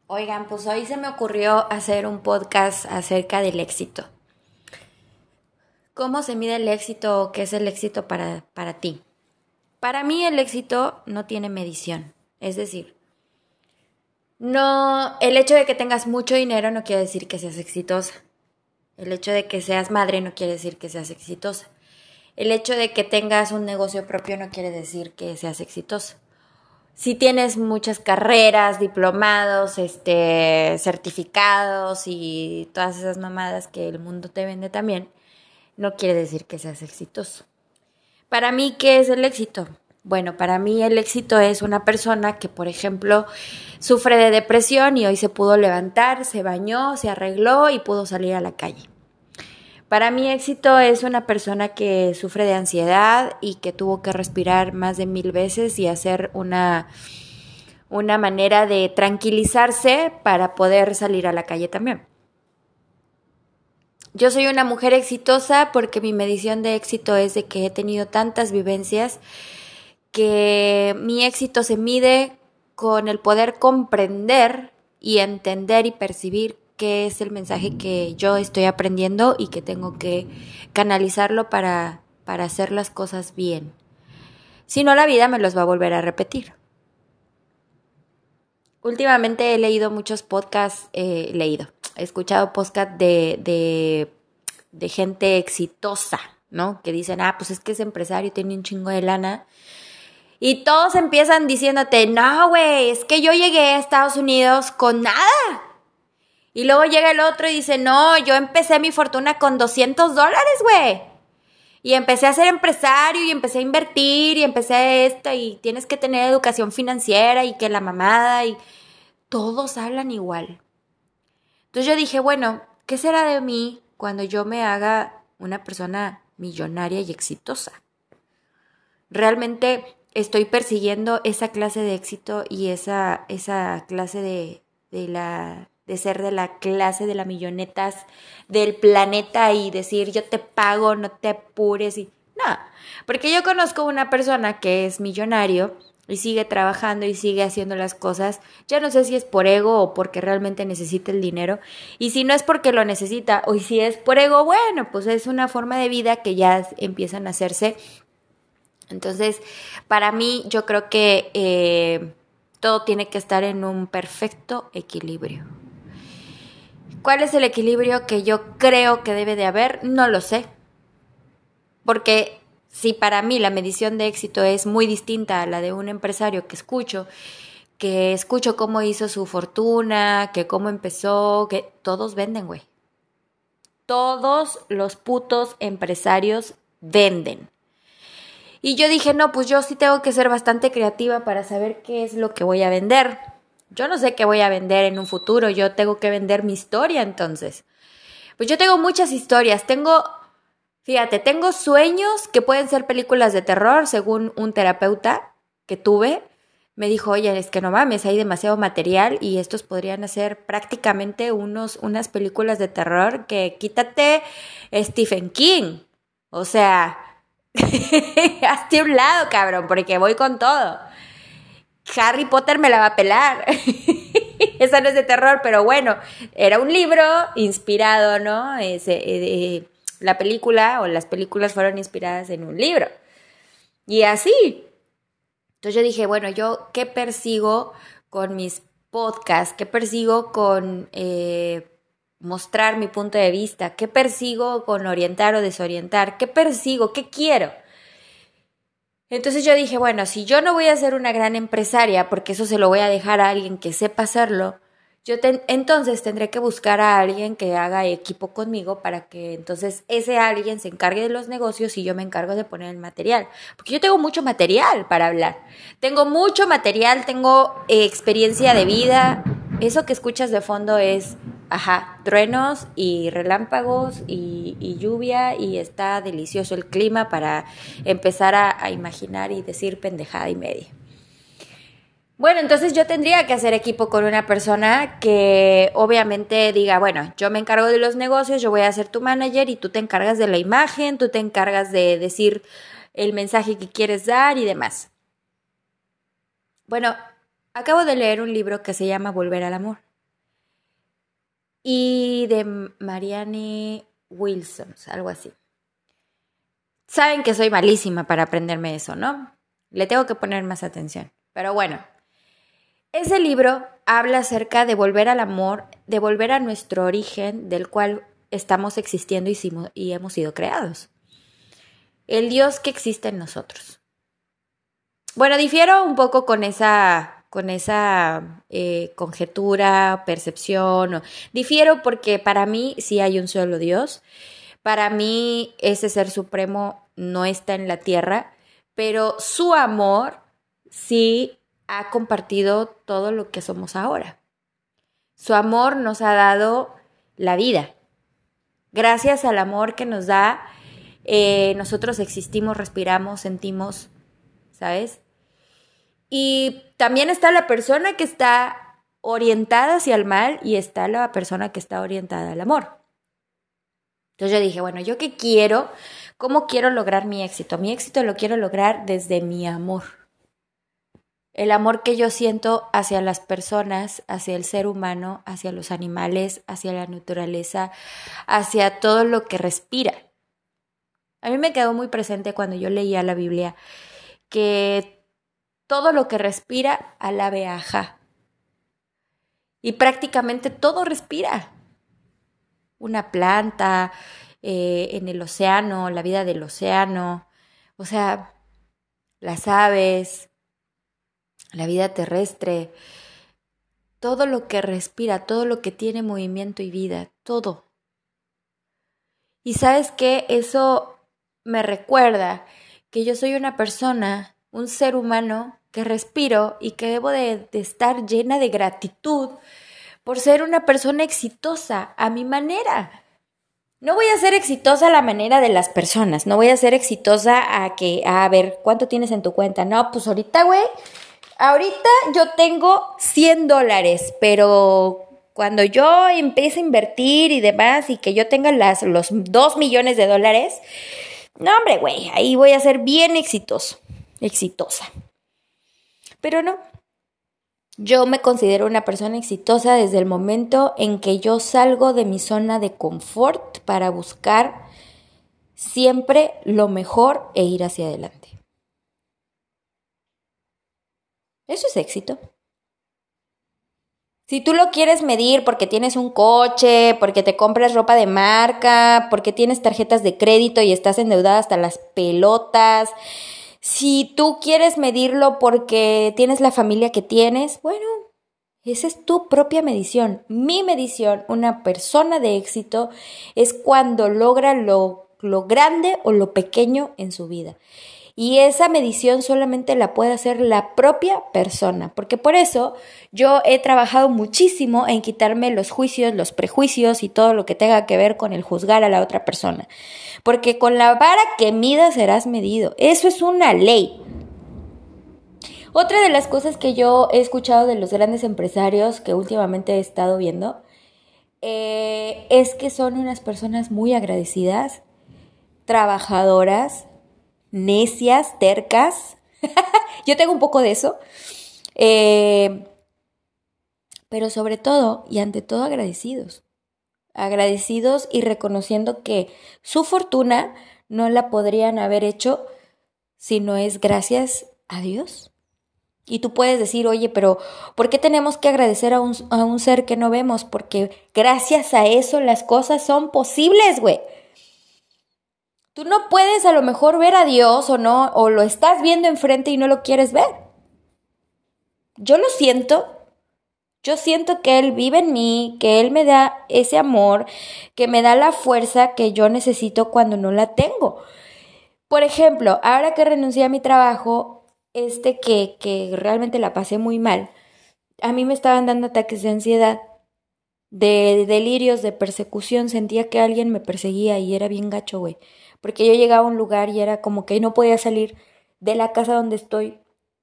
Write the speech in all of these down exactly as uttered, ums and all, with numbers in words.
Oigan, pues hoy se me ocurrió hacer un podcast acerca del éxito. ¿Cómo se mide el éxito o qué es el éxito para, para ti? Para mí el éxito no tiene medición. Es decir, no, el hecho de que tengas mucho dinero no quiere decir que seas exitosa. El hecho de que seas madre no quiere decir que seas exitosa. El hecho de que tengas un negocio propio no quiere decir que seas exitosa. Si tienes muchas carreras, diplomados, este, certificados y todas esas mamadas que el mundo te vende también, no quiere decir que seas exitoso. Para mí, ¿qué es el éxito? Bueno, para mí el éxito es una persona que, por ejemplo, sufre de depresión y hoy se pudo levantar, se bañó, se arregló y pudo salir a la calle. Para mí éxito es una persona que sufre de ansiedad y que tuvo que respirar más de mil veces y hacer una, una manera de tranquilizarse para poder salir a la calle también. Yo soy una mujer exitosa porque mi medición de éxito es de que he tenido tantas vivencias que mi éxito se mide con el poder comprender y entender y percibir qué es el mensaje que yo estoy aprendiendo y que tengo que canalizarlo para, para hacer las cosas bien. Si no, la vida me los va a volver a repetir. Últimamente he leído muchos podcasts, eh, leído, he escuchado podcasts de, de, de gente exitosa, ¿no? Que dicen, ah, pues es que es empresario y tiene un chingo de lana. Y todos empiezan diciéndote, no, güey, es que yo llegué a Estados Unidos con nada. Y luego llega el otro y dice, no, yo empecé mi fortuna con doscientos dólares, güey. Y empecé a ser empresario y empecé a invertir y empecé a esto y tienes que tener educación financiera y que la mamada y todos hablan igual. Entonces yo dije, bueno, ¿qué será de mí cuando yo me haga una persona millonaria y exitosa? Realmente estoy persiguiendo esa clase de éxito y esa, esa clase de, de la... de ser de la clase de las millonetas del planeta y decir yo te pago, no te apures y no, porque yo conozco una persona que es millonario y sigue trabajando y sigue haciendo las cosas, ya no sé si es por ego o porque realmente necesita el dinero y si no es porque lo necesita o si es por ego, bueno, pues es una forma de vida que ya empiezan a hacerse. Entonces, para mí yo creo que eh, todo tiene que estar en un perfecto equilibrio. ¿Cuál es el equilibrio que yo creo que debe de haber? No lo sé. Porque si para mí la medición de éxito es muy distinta a la de un empresario que escucho, que escucho cómo hizo su fortuna, que cómo empezó, que todos venden, güey. Todos los putos empresarios venden. Y yo dije, no, pues yo sí tengo que ser bastante creativa para saber qué es lo que voy a vender. Yo no sé qué voy a vender en un futuro, yo tengo que vender mi historia entonces. Pues yo tengo muchas historias, tengo, fíjate, tengo sueños que pueden ser películas de terror, según un terapeuta que tuve. Me dijo, oye, es que no mames, hay demasiado material y estos podrían ser prácticamente unos, unas películas de terror que quítate Stephen King. O sea, hazte a un lado, cabrón, porque voy con todo. Harry Potter me la va a pelar. Esa no es de terror, pero bueno, era un libro inspirado, ¿no? Ese, eh, la película o las películas fueron inspiradas en un libro. Y así. Entonces yo dije, bueno, ¿yo qué persigo con mis podcasts? ¿Qué persigo con eh, mostrar mi punto de vista? ¿Qué persigo con orientar o desorientar? ¿Qué persigo? ¿Qué quiero? Entonces yo dije, bueno, si yo no voy a ser una gran empresaria, porque eso se lo voy a dejar a alguien que sepa hacerlo, yo ten, entonces tendré que buscar a alguien que haga equipo conmigo para que entonces ese alguien se encargue de los negocios y yo me encargo de poner el material. Porque yo tengo mucho material para hablar. Tengo mucho material, tengo eh, experiencia de vida. Eso que escuchas de fondo es, ajá, truenos y relámpagos y, y lluvia y está delicioso el clima para empezar a, a imaginar y decir pendejada y media. Bueno, entonces yo tendría que hacer equipo con una persona que obviamente diga, bueno, yo me encargo de los negocios, yo voy a ser tu manager y tú te encargas de la imagen, tú te encargas de decir el mensaje que quieres dar y demás. Bueno, acabo de leer un libro que se llama Volver al Amor. y de Marianne Wilson, algo así. Saben que soy malísima para aprenderme eso, ¿no? Le tengo que poner más atención. Pero bueno, ese libro habla acerca de volver al amor, de volver a nuestro origen del cual estamos existiendo y hemos sido creados. El Dios que existe en nosotros. Bueno, difiero un poco con esa, con esa eh, conjetura, percepción. O, difiero porque para mí sí hay un solo Dios. Para mí ese ser supremo no está en la tierra, pero su amor sí ha compartido todo lo que somos ahora. Su amor nos ha dado la vida. Gracias al amor que nos da, eh, nosotros existimos, respiramos, sentimos, ¿sabes? Y también está la persona que está orientada hacia el mal y está la persona que está orientada al amor. Entonces yo dije, bueno, ¿yo qué quiero? ¿Cómo quiero lograr mi éxito? Mi éxito lo quiero lograr desde mi amor. El amor que yo siento hacia las personas, hacia el ser humano, hacia los animales, hacia la naturaleza, hacia todo lo que respira. A mí me quedó muy presente cuando yo leía la Biblia que todo lo que respira alabe a Jah. Y prácticamente todo respira. Una planta, eh, en el océano, la vida del océano, o sea, las aves, la vida terrestre, todo lo que respira, todo lo que tiene movimiento y vida, todo. Y ¿sabes qué? Eso me recuerda que yo soy una persona, un ser humano que respiro y que debo de, de estar llena de gratitud por ser una persona exitosa a mi manera. No voy a ser exitosa a la manera de las personas, no voy a ser exitosa a que, a ver, ¿cuánto tienes en tu cuenta? No, pues ahorita, güey, ahorita yo tengo cien dólares, pero cuando yo empiece a invertir y demás y que yo tenga las, los dos millones de dólares, no, hombre, güey, ahí voy a ser bien exitoso, exitosa. Pero no. Yo me considero una persona exitosa desde el momento en que yo salgo de mi zona de confort para buscar siempre lo mejor e ir hacia adelante. Eso es éxito. Si tú lo quieres medir porque tienes un coche, porque te compras ropa de marca, porque tienes tarjetas de crédito y estás endeudada hasta las pelotas, si tú quieres medirlo porque tienes la familia que tienes, bueno, esa es tu propia medición. Mi medición, una persona de éxito, es cuando logra lo, lo grande o lo pequeño en su vida. Y esa medición solamente la puede hacer la propia persona, porque por eso yo he trabajado muchísimo en quitarme los juicios, los prejuicios y todo lo que tenga que ver con el juzgar a la otra persona. Porque con la vara que midas serás medido. Eso es una ley. Otra de las cosas que yo he escuchado de los grandes empresarios que últimamente he estado viendo eh, es que son unas personas muy agradecidas, trabajadoras, necias, tercas. Yo tengo un poco de eso. Eh, pero sobre todo y ante todo agradecidos. Agradecidos y reconociendo que su fortuna no la podrían haber hecho si no es gracias a Dios. Y tú puedes decir, oye, pero ¿por qué tenemos que agradecer a un, a un ser que no vemos? Porque gracias a eso las cosas son posibles, güey. Tú no puedes a lo mejor ver a Dios o no, o lo estás viendo enfrente y no lo quieres ver. Yo lo siento. Yo siento que Él vive en mí, que Él me da ese amor, que me da la fuerza que yo necesito cuando no la tengo. Por ejemplo, ahora que renuncié a mi trabajo, este que, que realmente la pasé muy mal, a mí me estaban dando ataques de ansiedad, de delirios, de persecución. Sentía que alguien me perseguía y era bien gacho, güey. Porque yo llegaba a un lugar y era como que no podía salir de la casa donde estoy,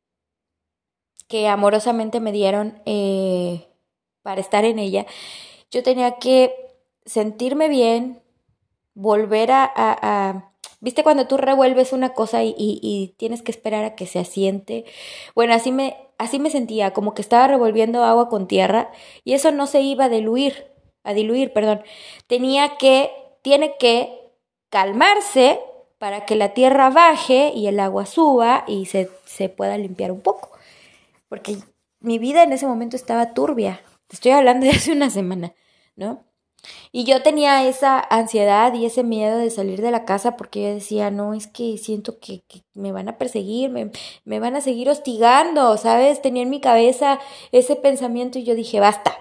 que amorosamente me dieron eh, para estar en ella. Yo tenía que sentirme bien, volver a, a, a... ¿Viste cuando tú revuelves una cosa y, y, y tienes que esperar a que se asiente? Bueno, así me, así me sentía, como que estaba revolviendo agua con tierra y eso no se iba a diluir a diluir, perdón. Tenía que, tiene que calmarse para que la tierra baje y el agua suba y se, se pueda limpiar un poco. Porque mi vida en ese momento estaba turbia. Te estoy hablando de hace una semana, ¿no? Y yo tenía esa ansiedad y ese miedo de salir de la casa porque yo decía, no, es que siento que, que me van a perseguir, me, me van a seguir hostigando, ¿sabes? Tenía en mi cabeza ese pensamiento y yo dije, basta.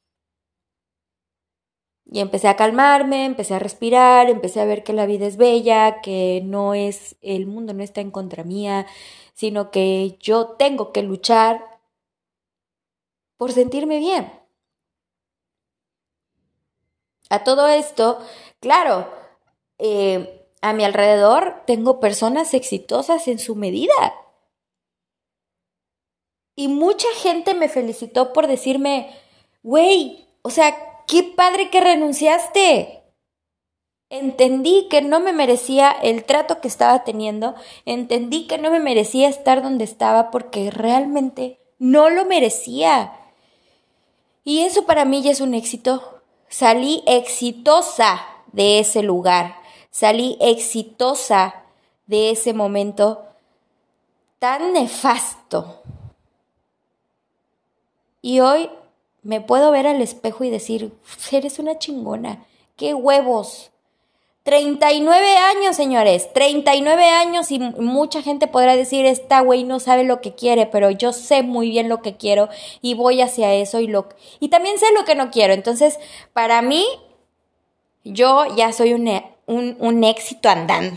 Y empecé a calmarme, empecé a respirar, empecé a ver que la vida es bella, que no es, el mundo no está en contra mía, sino que yo tengo que luchar por sentirme bien. A todo esto, claro, eh, a mi alrededor tengo personas exitosas en su medida. Y mucha gente me felicitó por decirme, güey, o sea, qué padre que renunciaste. Entendí que no me merecía el trato que estaba teniendo, entendí que no me merecía estar donde estaba porque realmente no lo merecía. Y eso para mí ya es un éxito. Salí exitosa de ese lugar, salí exitosa de ese momento tan nefasto. Y hoy me puedo ver al espejo y decir, eres una chingona, qué huevos. treinta y nueve años, señores, treinta y nueve años y mucha gente podrá decir, esta güey no sabe lo que quiere, pero yo sé muy bien lo que quiero y voy hacia eso y lo y también sé lo que no quiero. Entonces, para mí, yo ya soy un, un, un éxito andando.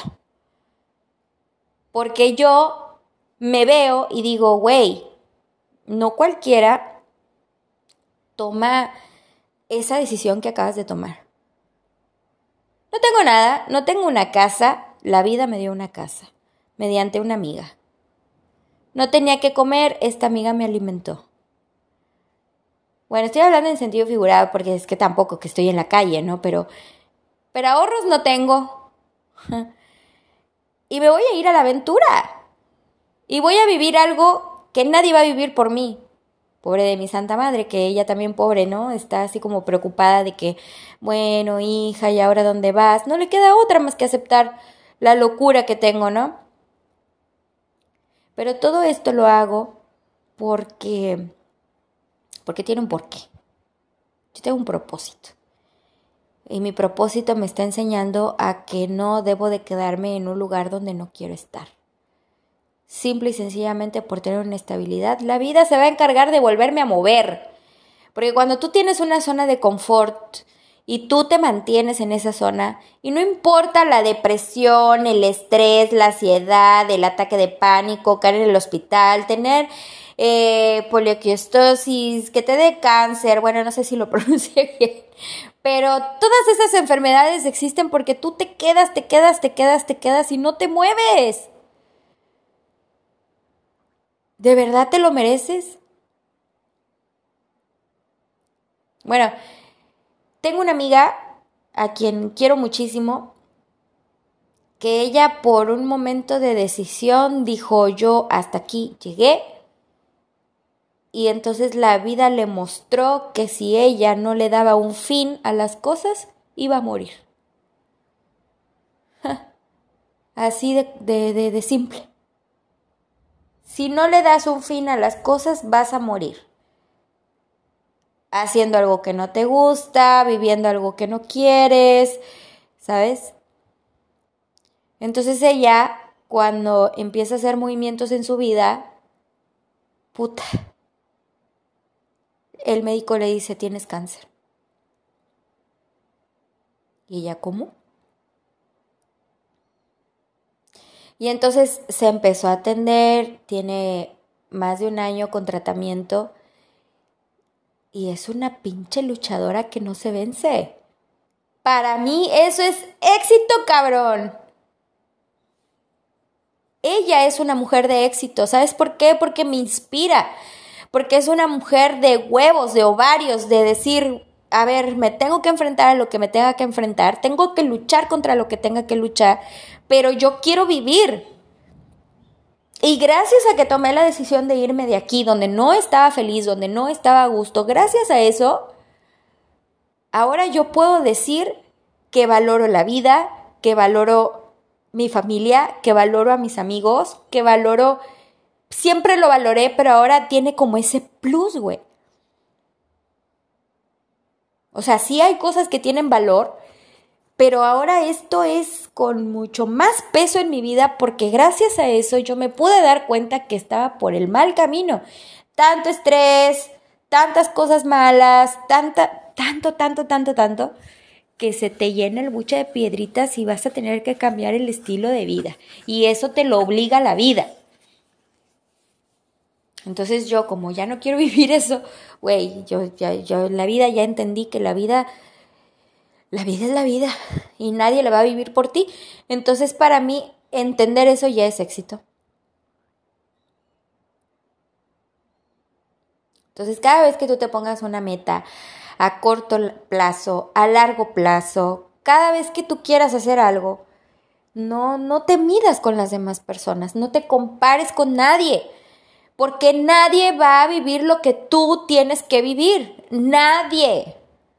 Porque yo me veo y digo, güey, no cualquiera toma esa decisión que acabas de tomar. No tengo nada, no tengo una casa, la vida me dio una casa, mediante una amiga. No tenía que comer, esta amiga me alimentó. Bueno, estoy hablando en sentido figurado porque es que tampoco que estoy en la calle, ¿no? Pero, pero ahorros no tengo. Y me voy a ir a la aventura. Y voy a vivir algo que nadie va a vivir por mí. Pobre de mi santa madre, que ella también pobre, ¿no? Está así como preocupada de que, bueno, hija, ¿y ahora dónde vas? No le queda otra más que aceptar la locura que tengo, ¿no? Pero todo esto lo hago porque, porque tiene un porqué. Yo tengo un propósito. Y mi propósito me está enseñando a que no debo de quedarme en un lugar donde no quiero estar. Simple y sencillamente por tener una estabilidad, la vida se va a encargar de volverme a mover. Porque cuando tú tienes una zona de confort y tú te mantienes en esa zona, y no importa la depresión, el estrés, la ansiedad, el ataque de pánico, caer en el hospital, tener eh, poliquiostosis, que te dé cáncer, bueno, no sé si lo pronuncié bien, pero todas esas enfermedades existen porque tú te quedas, te quedas, te quedas, te quedas y no te mueves. ¿De verdad te lo mereces? Bueno, tengo una amiga a quien quiero muchísimo, que ella por un momento de decisión dijo, yo hasta aquí llegué, y entonces la vida le mostró que si ella no le daba un fin a las cosas, iba a morir. Así de, de, de, de simple. Si no le das un fin a las cosas, vas a morir. Haciendo algo que no te gusta, viviendo algo que no quieres, ¿sabes? Entonces ella, cuando empieza a hacer movimientos en su vida, puta, el médico le dice, tienes cáncer. ¿Y ella cómo? Y entonces se empezó a atender, tiene más de un año con tratamiento y es una pinche luchadora que no se vence. Para mí eso es éxito, cabrón. Ella es una mujer de éxito. ¿Sabes por qué? Porque me inspira. Porque es una mujer de huevos, de ovarios, de decir, a ver, me tengo que enfrentar a lo que me tenga que enfrentar, tengo que luchar contra lo que tenga que luchar, pero yo quiero vivir. Y gracias a que tomé la decisión de irme de aquí, donde no estaba feliz, donde no estaba a gusto, gracias a eso, Ahora yo puedo decir que valoro la vida, que valoro mi familia, que valoro a mis amigos, que valoro, siempre lo valoré, pero ahora tiene como ese plus, güey. O sea, sí hay cosas que tienen valor, pero ahora esto es con mucho más peso en mi vida porque gracias a eso yo me pude dar cuenta que estaba por el mal camino. Tanto estrés, tantas cosas malas, tanta, tanto, tanto, tanto, tanto, que se te llena el buche de piedritas y vas a tener que cambiar el estilo de vida. Y eso te lo obliga la vida. Entonces yo, como ya no quiero vivir eso, güey, yo, ya, yo en la vida ya entendí que la vida... La vida es la vida y nadie la va a vivir por ti. Entonces, para mí, entender eso ya es éxito. Entonces, cada vez que tú te pongas una meta a corto plazo, a largo plazo, cada vez que tú quieras hacer algo, no, no te midas con las demás personas, no te compares con nadie, porque nadie va a vivir lo que tú tienes que vivir. Nadie.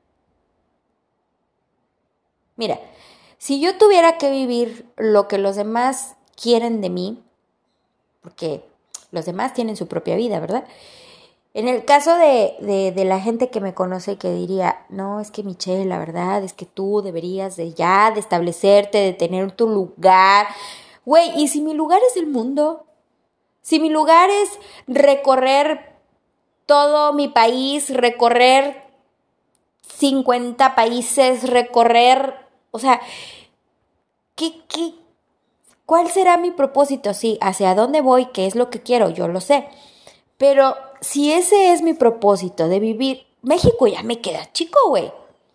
Mira, si yo tuviera que vivir lo que los demás quieren de mí, porque los demás tienen su propia vida, ¿verdad? En el caso de, de, de la gente que me conoce que diría, no, es que Michelle, la verdad es que tú deberías de ya, de establecerte, de tener tu lugar. Güey, ¿y si mi lugar es el mundo? Si mi lugar es recorrer todo mi país, recorrer cincuenta países, recorrer... O sea, ¿qué, qué, ¿cuál será mi propósito? Sí, hacia dónde voy, qué es lo que quiero, yo lo sé. Pero si ese es mi propósito de vivir, México ya me queda chico, güey.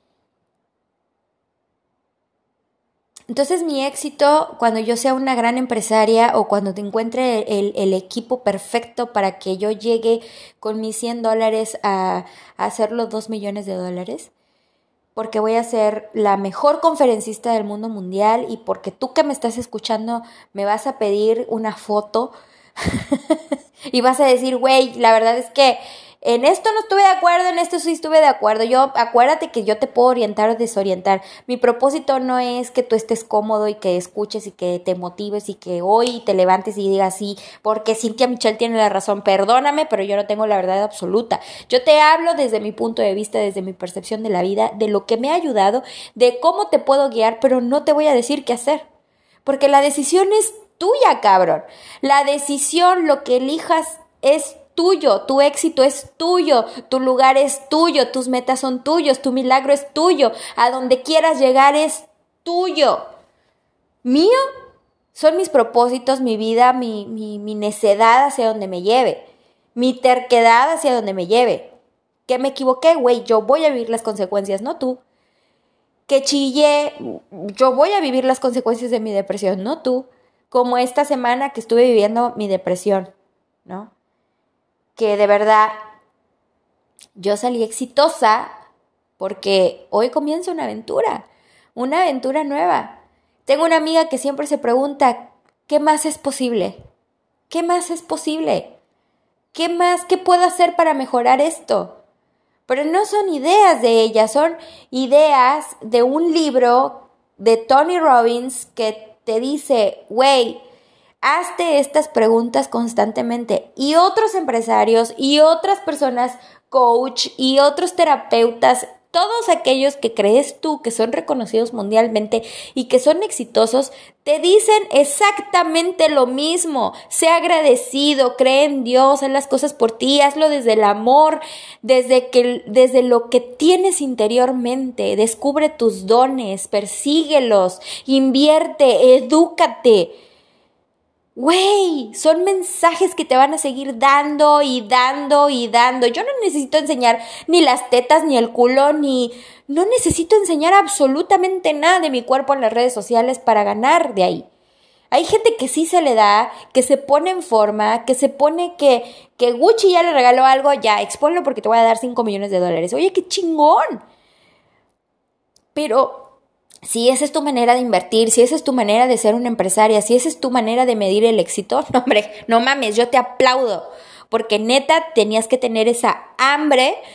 Entonces mi éxito, cuando yo sea una gran empresaria o cuando te encuentre el, el equipo perfecto para que yo llegue con mis cien dólares a, a hacer los dos millones de dólares, porque voy a ser la mejor conferencista del mundo mundial y porque tú que me estás escuchando me vas a pedir una foto y vas a decir, güey, la verdad es que en esto no estuve de acuerdo, en esto sí estuve de acuerdo. Yo, acuérdate que yo te puedo orientar o desorientar. Mi propósito no es que tú estés cómodo y que escuches y que te motives y que hoy te levantes y digas sí, porque Cynthia Michelle tiene la razón. Perdóname, pero yo no tengo la verdad absoluta. Yo te hablo desde mi punto de vista, desde mi percepción de la vida, de lo que me ha ayudado, de cómo te puedo guiar, pero no te voy a decir qué hacer. Porque la decisión es tuya, cabrón. La decisión, lo que elijas es tuyo, tu éxito es tuyo, tu lugar es tuyo, tus metas son tuyos, tu milagro es tuyo, a donde quieras llegar es tuyo. Mío son mis propósitos, mi vida, mi, mi, mi necedad hacia donde me lleve, mi terquedad hacia donde me lleve. Que me equivoqué, güey, yo voy a vivir las consecuencias, no tú. Que chillé, yo voy a vivir las consecuencias de mi depresión, no tú. Como esta semana que estuve viviendo mi depresión, ¿no? Que de verdad yo salí exitosa porque hoy comienza una aventura, una aventura nueva. Tengo una amiga que siempre se pregunta, ¿qué más es posible? ¿Qué más es posible? ¿Qué más? ¿Qué puedo hacer para mejorar esto? Pero no son ideas de ella, son ideas de un libro de Tony Robbins que te dice, güey, hazte estas preguntas constantemente. Y otros empresarios y otras personas, coach y otros terapeutas, todos aquellos que crees tú que son reconocidos mundialmente y que son exitosos, te dicen exactamente lo mismo. Sé agradecido, cree en Dios, haz las cosas por ti, hazlo desde el amor, desde, que, desde lo que tienes interiormente. Descubre tus dones, persíguelos, invierte, edúcate. Güey, son mensajes que te van a seguir dando y dando y dando. Yo no necesito enseñar ni las tetas, ni el culo, ni... No necesito enseñar absolutamente nada de mi cuerpo en las redes sociales para ganar de ahí. Hay gente que sí se le da, que se pone en forma, que se pone que, que Gucci ya le regaló algo, ya, exponlo porque te voy a dar cinco millones de dólares. Oye, qué chingón. Pero... si esa es tu manera de invertir, si esa es tu manera de ser una empresaria, si esa es tu manera de medir el éxito, no hombre, no mames, yo te aplaudo, porque neta tenías que tener esa hambre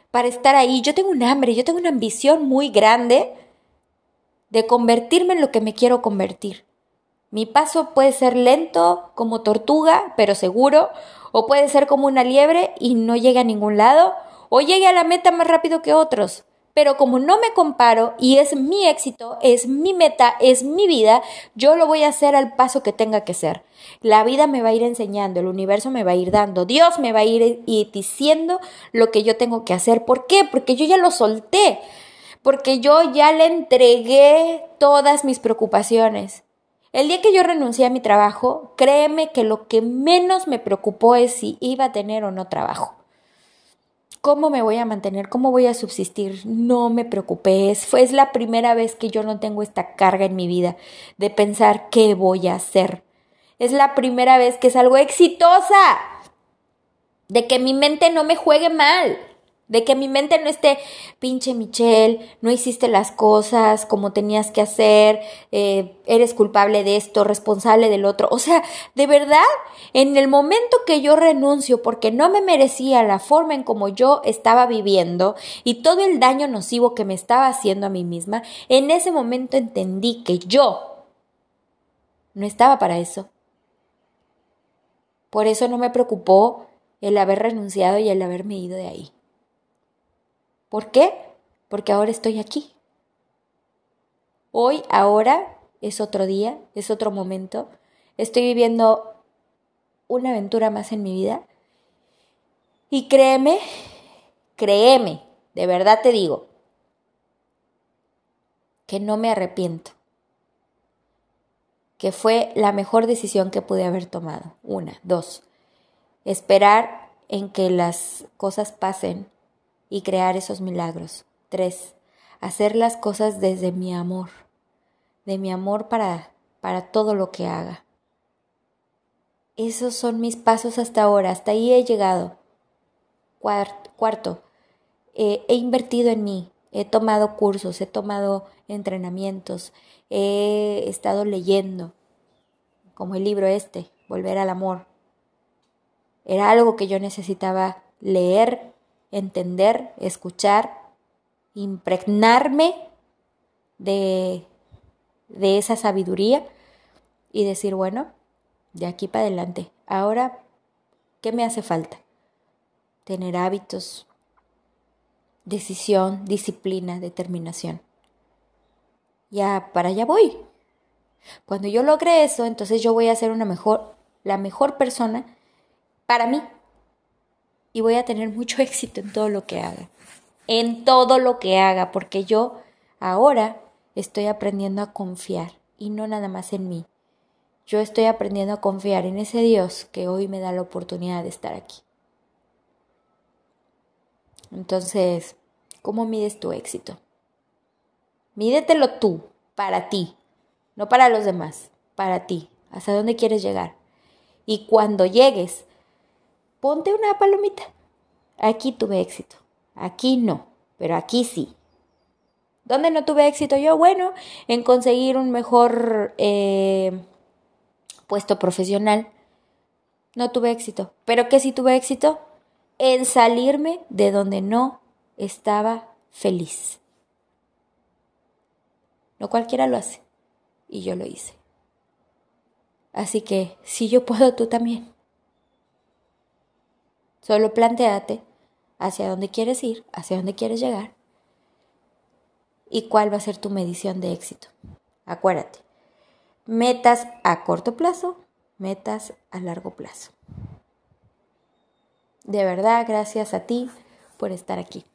para estar ahí. Yo tengo un hambre, yo tengo una ambición muy grande de convertirme en lo que me quiero convertir. Mi paso puede ser lento como tortuga, pero seguro, o puede ser como una liebre y no llegue a ningún lado, o llegue a la meta más rápido que otros. Pero como no me comparo y es mi éxito, es mi meta, es mi vida, yo lo voy a hacer al paso que tenga que ser. La vida me va a ir enseñando, el universo me va a ir dando, Dios me va a ir diciendo lo que yo tengo que hacer. ¿Por qué? Porque yo ya lo solté, porque yo ya le entregué todas mis preocupaciones. El día que yo renuncié a mi trabajo, créeme que lo que menos me preocupó es si iba a tener o no trabajo. ¿Cómo me voy a mantener? ¿Cómo voy a subsistir? No me preocupé. Es, fue, es la primera vez que yo no tengo esta carga en mi vida de pensar qué voy a hacer. Es la primera vez que salgo exitosa. De que mi mente no me juegue mal. De que mi mente no esté, pinche Michelle, no hiciste las cosas como tenías que hacer, eh, eres culpable de esto, responsable del otro. O sea, de verdad, en el momento que yo renuncio porque no me merecía la forma en como yo estaba viviendo y todo el daño nocivo que me estaba haciendo a mí misma, en ese momento entendí que yo no estaba para eso. Por eso no me preocupó el haber renunciado y el haberme ido de ahí. ¿Por qué? Porque ahora estoy aquí. Hoy, ahora, es otro día, es otro momento. Estoy viviendo una aventura más en mi vida. Y créeme, créeme, de verdad te digo, que no me arrepiento. Que fue la mejor decisión que pude haber tomado. Una, dos, esperar en que las cosas pasen y crear esos milagros. Tres, hacer las cosas desde mi amor, de mi amor para, para todo lo que haga. Esos son mis pasos hasta ahora, hasta ahí he llegado. Cuarto, cuarto eh, he invertido en mí, he tomado cursos, he tomado entrenamientos, he estado leyendo, como el libro este, Volver al Amor. Era algo que yo necesitaba leer, entender, escuchar, impregnarme de, de esa sabiduría y decir, bueno, de aquí para adelante, ahora, ¿qué me hace falta? Tener hábitos, decisión, disciplina, determinación. Ya para allá voy. Cuando yo logre eso, entonces yo voy a ser una mejor, la mejor persona para mí. Y voy a tener mucho éxito en todo lo que haga. En todo lo que haga, porque yo ahora estoy aprendiendo a confiar y no nada más en mí. Yo estoy aprendiendo a confiar en ese Dios que hoy me da la oportunidad de estar aquí. Entonces, ¿cómo mides tu éxito? Mídetelo tú, para ti, no para los demás, para ti. ¿Hasta dónde quieres llegar? Y cuando llegues, ponte una palomita. Aquí tuve éxito. Aquí no, pero aquí sí. ¿Dónde no tuve éxito yo? Bueno, en conseguir un mejor eh, puesto profesional. No tuve éxito. ¿Pero qué sí tuve éxito? En salirme de donde no estaba feliz. No cualquiera lo hace. Y yo lo hice. Así que, si yo puedo, tú también. Solo plantéate hacia dónde quieres ir, hacia dónde quieres llegar y cuál va a ser tu medición de éxito. Acuérdate, metas a corto plazo, metas a largo plazo. De verdad, gracias a ti por estar aquí.